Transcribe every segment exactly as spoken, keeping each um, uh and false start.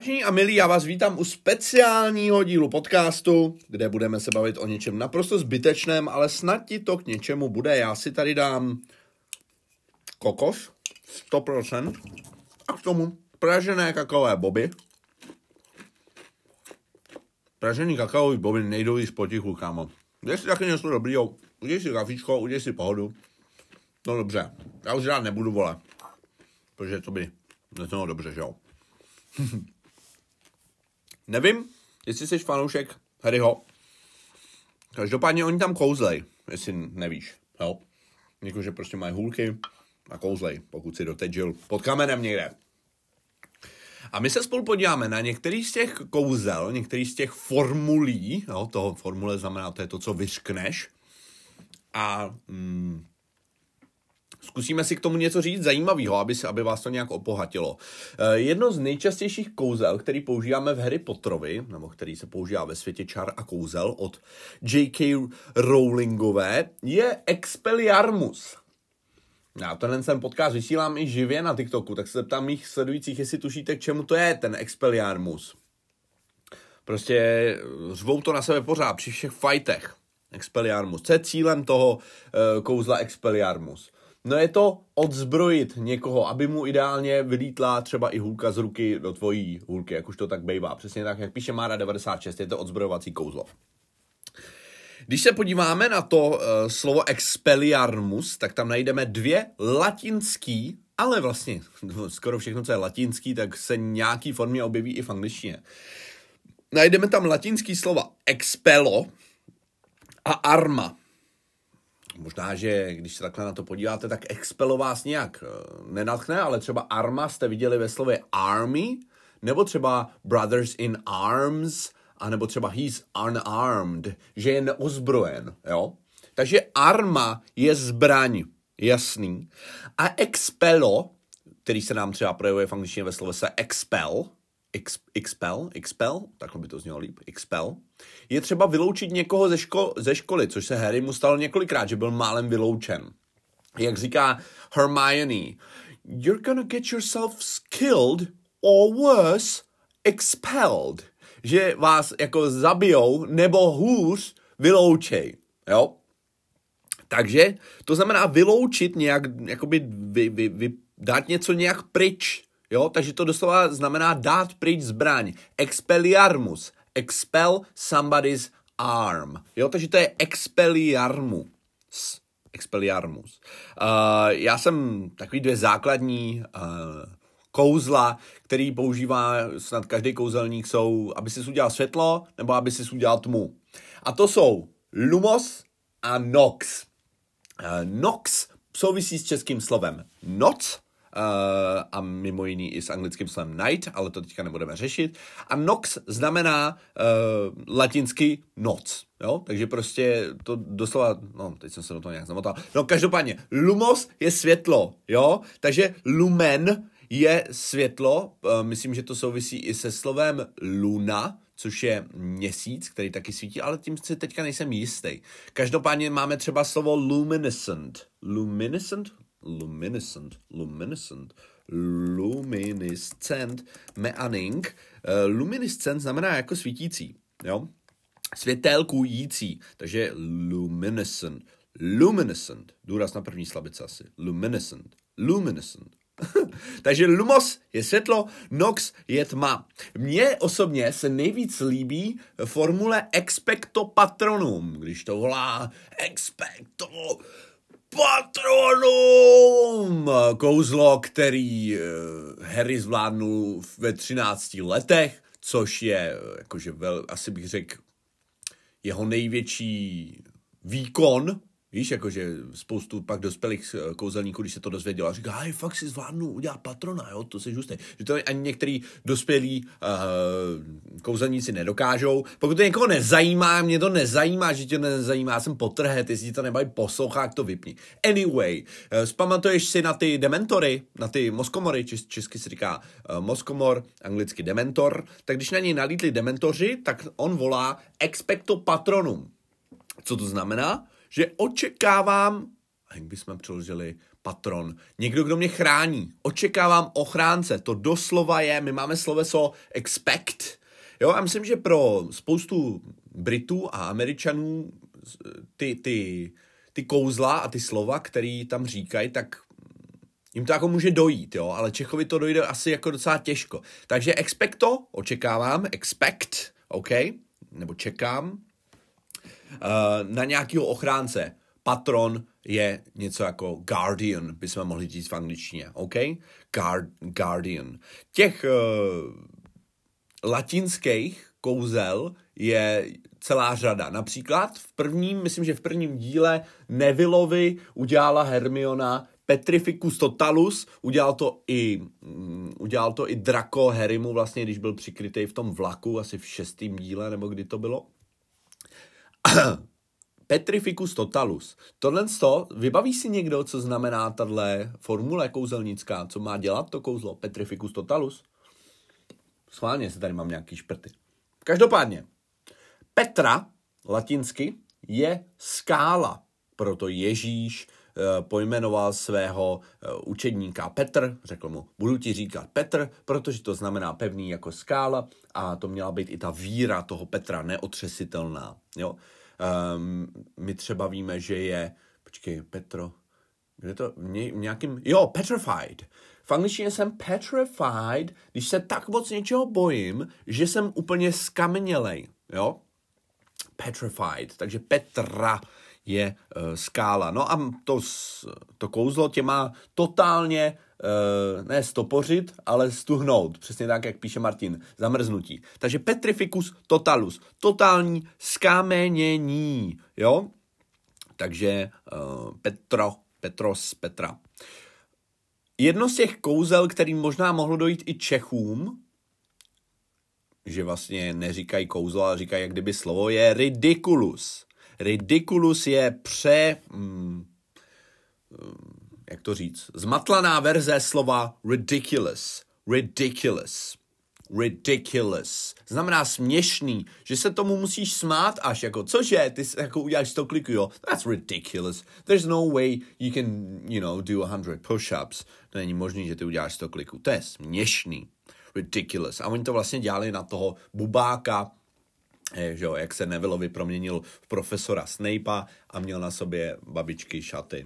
Vážení a milí, já vás vítám u speciálního dílu podcastu, kde budeme se bavit o něčem naprosto zbytečném, ale snad ti to k něčemu bude. Já si tady dám kokos, sto procent, a k tomu pražené kakaové boby. Pražený kakaový boby nejdou jíst potichu, kámo. Dej si taky něco dobrýho, uděj si kafičko, uděj si pohodu. No dobře, já už rád nebudu, vole, protože to by neznělo dobře, že jo. Nevím, jestli jsi fanoušek Harryho. Každopádně oni tam kouzlej, jestli nevíš, jo. Jakože prostě mají hůlky a kouzlej, pokud si dotečil pod kamenem někde. A my se spolu podíváme na některý z těch kouzel, některý z těch formulí, jo, toho formule znamená, to je to, co vyřkneš. A mm, zkusíme si k tomu něco říct zajímavého, aby, se, aby vás to nějak obohatilo. Jedno z nejčastějších kouzel, který používáme v Harry Potterovi, nebo který se používá ve světě čar a kouzel od J K Rowlingové, je Expelliarmus. Já tenhle ten podcast vysílám i živě na TikToku, tak se zeptám mých sledujících, jestli tušíte, k čemu to je ten Expelliarmus. Prostě řvou to na sebe pořád při všech fightech. Expelliarmus. Co je cílem toho uh, kouzla Expelliarmus? No je to odzbrojit někoho, aby mu ideálně vylítla třeba i hůlka z ruky do tvojí hůlky, jak už to tak bejvá. Přesně tak, jak píše Mára devadesát šest, je to odzbrojovací kouzlo. Když se podíváme na to uh, slovo Expelliarmus, tak tam najdeme dvě latinský, ale vlastně no, skoro všechno, co je latinský, tak se nějaký formě objeví i v angličtině. Najdeme tam latinský slova expello a arma. Možná, že když se takhle na to podíváte, tak expello vás nějak nenadchne, ale třeba arma jste viděli ve slově army, nebo třeba brothers in arms, anebo třeba he's unarmed, že je neozbrojen, jo? Takže arma je zbraň, jasný. A expello, který se nám třeba projevuje v angličtině ve slově se expel, Ex, expel, expel, takhle by to znělo líp, expel, je třeba vyloučit někoho ze, ško- ze školy, což se Harry mu stalo několikrát, že byl málem vyloučen. Jak říká Hermione, you're gonna get yourself killed or worse, expelled. Že vás jako zabijou nebo hůř vyloučej, jo? Takže to znamená vyloučit nějak, jakoby vy, vy, vy, dát něco nějak pryč. Jo, takže to doslova znamená dát pryč zbraň. Expelliarmus. Expel somebody's arm. Jo, takže to je Expelliarmus. Expelliarmus. Uh, já jsem takový dvě základní uh, kouzla, který používá snad každý kouzelník, jsou, aby si udělal světlo, nebo aby si udělal tmu. A to jsou lumos a nox. Uh, nox souvisí s českým slovem noc, Uh, a mimo jiný i s anglickým slovem night, ale to teďka nebudeme řešit. A nox znamená uh, latinsky noc, jo? Takže prostě to doslova, no, teď jsem se do toho nějak zamotal. No, každopádně, lumos je světlo, jo? Takže lumen je světlo, uh, myslím, že to souvisí i se slovem luna, což je měsíc, který taky svítí, ale tím si teďka nejsem jistý. Každopádně máme třeba slovo luminescent. Luminescent? Luminescent, luminescent, luminescent, meaning. Uh, luminescent znamená jako svítící, jo? Světélkující, takže luminescent, luminescent, důraz na první slabice asi, luminescent, luminescent. Takže lumos je světlo, nox je tma. Mně osobně se nejvíc líbí formule expecto patronum, když to volá expecto patronum, kouzlo, který Harry zvládnul ve třinácti letech, což je, jakože vel, asi bych řekl, jeho největší výkon. Víš, jakože spoustu pak dospělých kouzelníků, když se to dozvědělo, a říká, hej, fakt si zvládnu udělat patrona, jo, to se žustej. Že to ani některý dospělí uh, kouzelníci nedokážou. Pokud to někoho nezajímá, mě to nezajímá, že tě nezajímá, já jsem potrhet, jestli ti to nebaví poslouchat, to vypni. Anyway, uh, vzpamatuješ si na ty dementory, na ty moskomory, čes, česky se říká uh, moskomor, anglicky dementor, tak když na něj nalítli dementoři, tak on volá expecto patronum. Co to znamená? Že očekávám A jak bychom přeložili patron? Někdo, kdo mě chrání. Očekávám ochránce. To doslova je, my máme sloveso expect. Jo, a myslím, že pro spoustu Britů a Američanů ty, ty, ty kouzla a ty slova, který tam říkají, tak jim to jako může dojít, jo, ale Čechovi to dojde asi jako docela těžko. Takže expecto, očekávám, expect, OK, nebo čekám, uh, na nějakého ochránce. Patron je něco jako guardian, bychom mohli říct v angličtině, OK? Guard, guardian. Těch uh, latinských kouzel je celá řada. Například v prvním, myslím, že v prvním díle Nevillovi udělala Hermiona Petrificus totalus, udělal to i, um, udělal to i Draco Harrymu vlastně, když byl přikrytej v tom vlaku, asi v šestém díle, nebo kdy to bylo. Petrificus totalus. Tohle to, vybaví si někdo, co znamená tahle formule kouzelnická, co má dělat to kouzlo? Petrificus totalus? Schválně se tady mám nějaký šprty. Každopádně, Petra, latinsky, je skála. Proto Ježíš e, pojmenoval svého e, učedníka Petr, řekl mu, budu ti říkat Petr, protože to znamená pevný jako skála a to měla být i ta víra toho Petra, neotřesitelná. Jo? Um, my třeba víme, že je, počkej, Petro, kde to, ně, nějakým, jo, petrified. V angličtině jsem petrified, když se tak moc něčeho bojím, že jsem úplně skamenělej, jo. Petrified, takže Petra je uh, skála. No a to, to kouzlo tě má totálně, uh, ne stopořit, ale stuhnout. Přesně tak, jak píše Martin, zamrznutí. Takže petrificus totalus, totální skamenění, jo? Takže uh, Petro, Petros, Petra. Jedno z těch kouzel, kterým možná mohlo dojít i Čechům, že vlastně neříkají kouzlo, ale říkají jak kdyby slovo, je ridiculus. Ridiculus je pře... Mm, jak to říct? Zmatlaná verze slova ridiculous. Ridiculous. Ridiculous. Znamená směšný, že se tomu musíš smát až jako, cože, ty jako uděláš sto kliků, jo? That's ridiculous. There's no way you can, you know, do a hundred push-ups. To není možný, že ty uděláš sto kliků. To je směšný. Ridiculous. A oni to vlastně dělali na toho bubáka, že jo, jak se Nevillovi proměnil v profesora Snape'a a měl na sobě babičky šaty.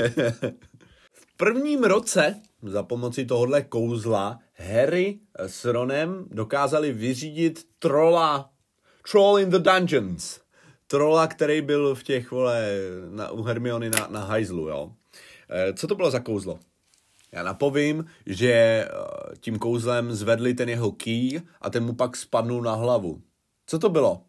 V prvním roce za pomoci tohohle kouzla Harry s Ronem dokázali vyřídit trolla, troll in the dungeons. Trolla, který byl v těch, vole, na, u Hermiony na, na hajzlu, jo. E, co to bylo za kouzlo? Já napovím, že tím kouzlem zvedli ten jeho key a ten mu pak spadnul na hlavu. Co to bylo?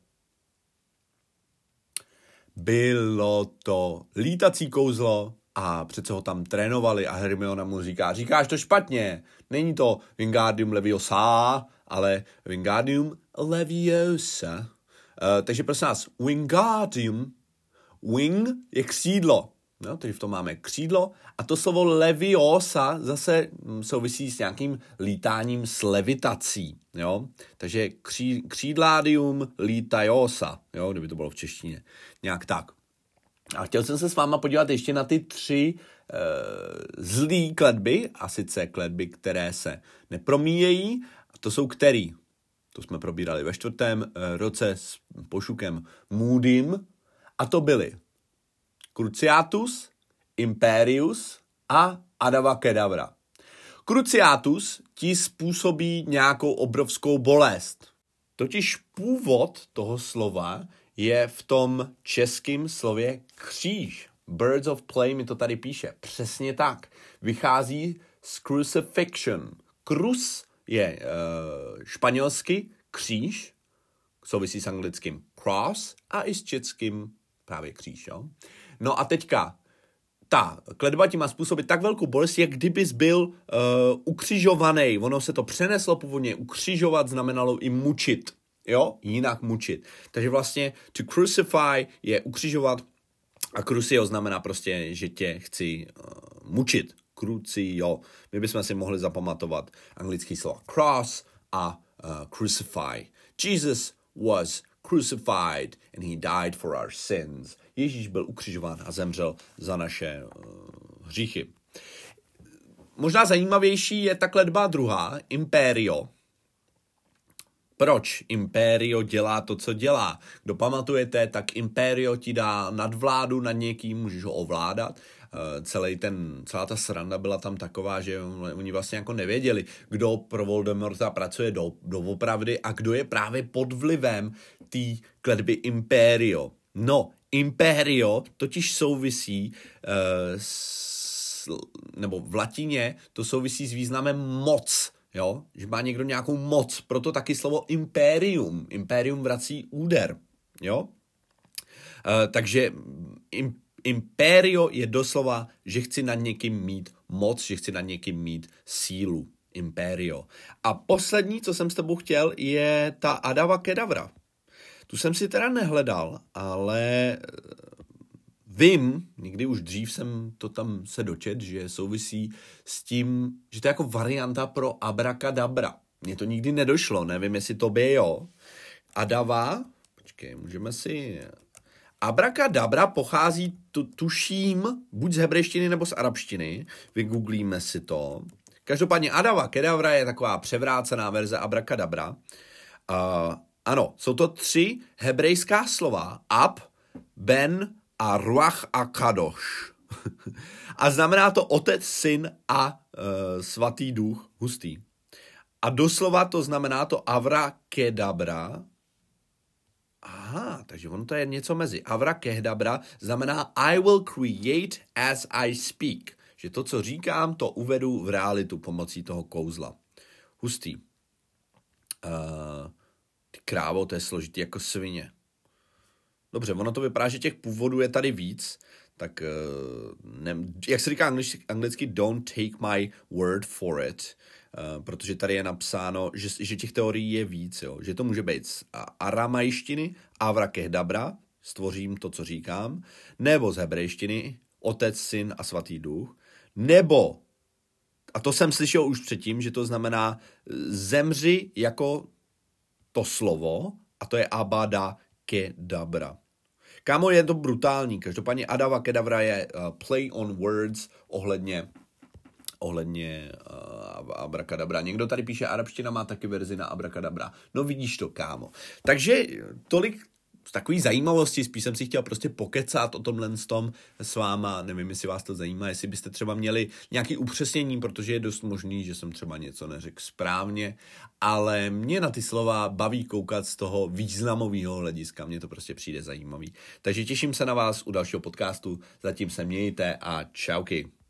Bylo to lítací kouzlo a přece ho tam trénovali a Hermiona mu říká, říkáš to špatně, není to Wingardium Leviosa, ale Wingardium Leviosa. Uh, takže prosím nás, Wingardium, wing je křídlo. No, takže v tom máme křídlo a to slovo Leviosa zase souvisí s nějakým lítáním s levitací, jo. Takže kří, křídládium litajosa, jo, kdyby to bylo v češtině. Nějak tak. A chtěl jsem se s váma podívat ještě na ty tři e, zlý kletby, a sice kletby, které se nepromíjejí, a to jsou který? To jsme probírali ve čtvrtém e, roce s Pošukem Moodym, a to byly Cruciatus, Imperius a Avada Kedavra. Cruciatus ti způsobí nějakou obrovskou bolest. Totiž původ toho slova je v tom českém slově kříž. Birds of Play mi to tady píše. Přesně tak. Vychází z crucifixion. Cruz je uh, španělsky kříž, souvisí s anglickým cross a i s českým právě kříž, jo. No a teďka, ta kletba ti má způsobit tak velkou bolest, jak kdybys byl uh, ukřižovaný. Ono se to přeneslo původně. Ukřižovat znamenalo i mučit, jo, jinak mučit. Takže vlastně to crucify je ukřižovat a crucio znamená prostě, že tě chci uh, mučit. Crucio. My bychom si mohli zapamatovat anglický slovo cross a uh, crucify. Jesus was crucified and he died for our sins. Ježíš byl ukřižován a zemřel za naše uh, hříchy. Možná zajímavější je ta kletba druhá, Imperio. Proč Imperio dělá to, co dělá? Kdo pamatujete, tak Imperio ti dá nadvládu nad někým, můžeš ho ovládat. Celý ten, celá ta sranda byla tam taková, že oni vlastně jako nevěděli, kdo pro Voldemorta pracuje do, doopravdy a kdo je právě pod vlivem té kletby Imperio. No, Imperio totiž souvisí uh, s, nebo v latině to souvisí s významem moc, jo? Že má někdo nějakou moc, proto taky slovo imperium. Imperium vrací úder, jo? Uh, takže im, imperio je doslova, že chci nad někým mít moc, že chci nad někým mít sílu. Imperio. A poslední, co jsem s tebou chtěl, je ta Avada Kedavra. Tu jsem si teda nehledal, ale vím, někdy už dřív jsem to tam se dočet, že souvisí s tím, že to je jako varianta pro Abrakadabra. Mně to nikdy nedošlo, nevím, jestli tobě jo. Adava, počkej, můžeme si... Abrakadabra pochází, tu, tuším, buď z hebrejštiny nebo z arabštiny. Vygooglíme si to. Každopádně Avada Kedavra je taková převrácená verze Abrakadabra. Uh, ano, jsou to tři hebrejská slova. Ab, Ben a Ruach a Kadoš. A znamená to otec, syn a uh, svatý duch, hustý. A doslova to znamená to Avra Kedabra. Aha, takže ono to je něco mezi. Avra Kedabra znamená I will create as I speak. Že to, co říkám, to uvedu v realitu pomocí toho kouzla. Hustý. Uh, ty krávo, to je složitý jako svině. Dobře, ono to vypadá, že těch původů je tady víc, tak uh, ne, jak se říká anglicky, anglicky, don't take my word for it, uh, protože tady je napsáno, že, že těch teorií je víc, jo, že to může být z aramajštiny, Avra Kedabra, stvořím to, co říkám, nebo z hebrejštiny, otec, syn a svatý duch, nebo, a to jsem slyšel už předtím, že to znamená zemři jako to slovo, a to je Avada Kedabra. Kámo, je to brutální. Každopádně Avada Kedavra je uh, play on words ohledně ohledně uh, Abrakadabra. Někdo tady píše, arabština má taky verzi na Abrakadabra. No vidíš to, kámo. Takže tolik takový zajímavosti, spíš jsem si chtěl prostě pokecat o tomhle s tom s váma, nevím, jestli vás to zajímá, jestli byste třeba měli nějaký upřesnění, protože je dost možný, že jsem třeba něco neřekl správně, ale mě na ty slova baví koukat z toho významového hlediska, mně to prostě přijde zajímavý. Takže těším se na vás u dalšího podcastu, zatím se mějte a čauky.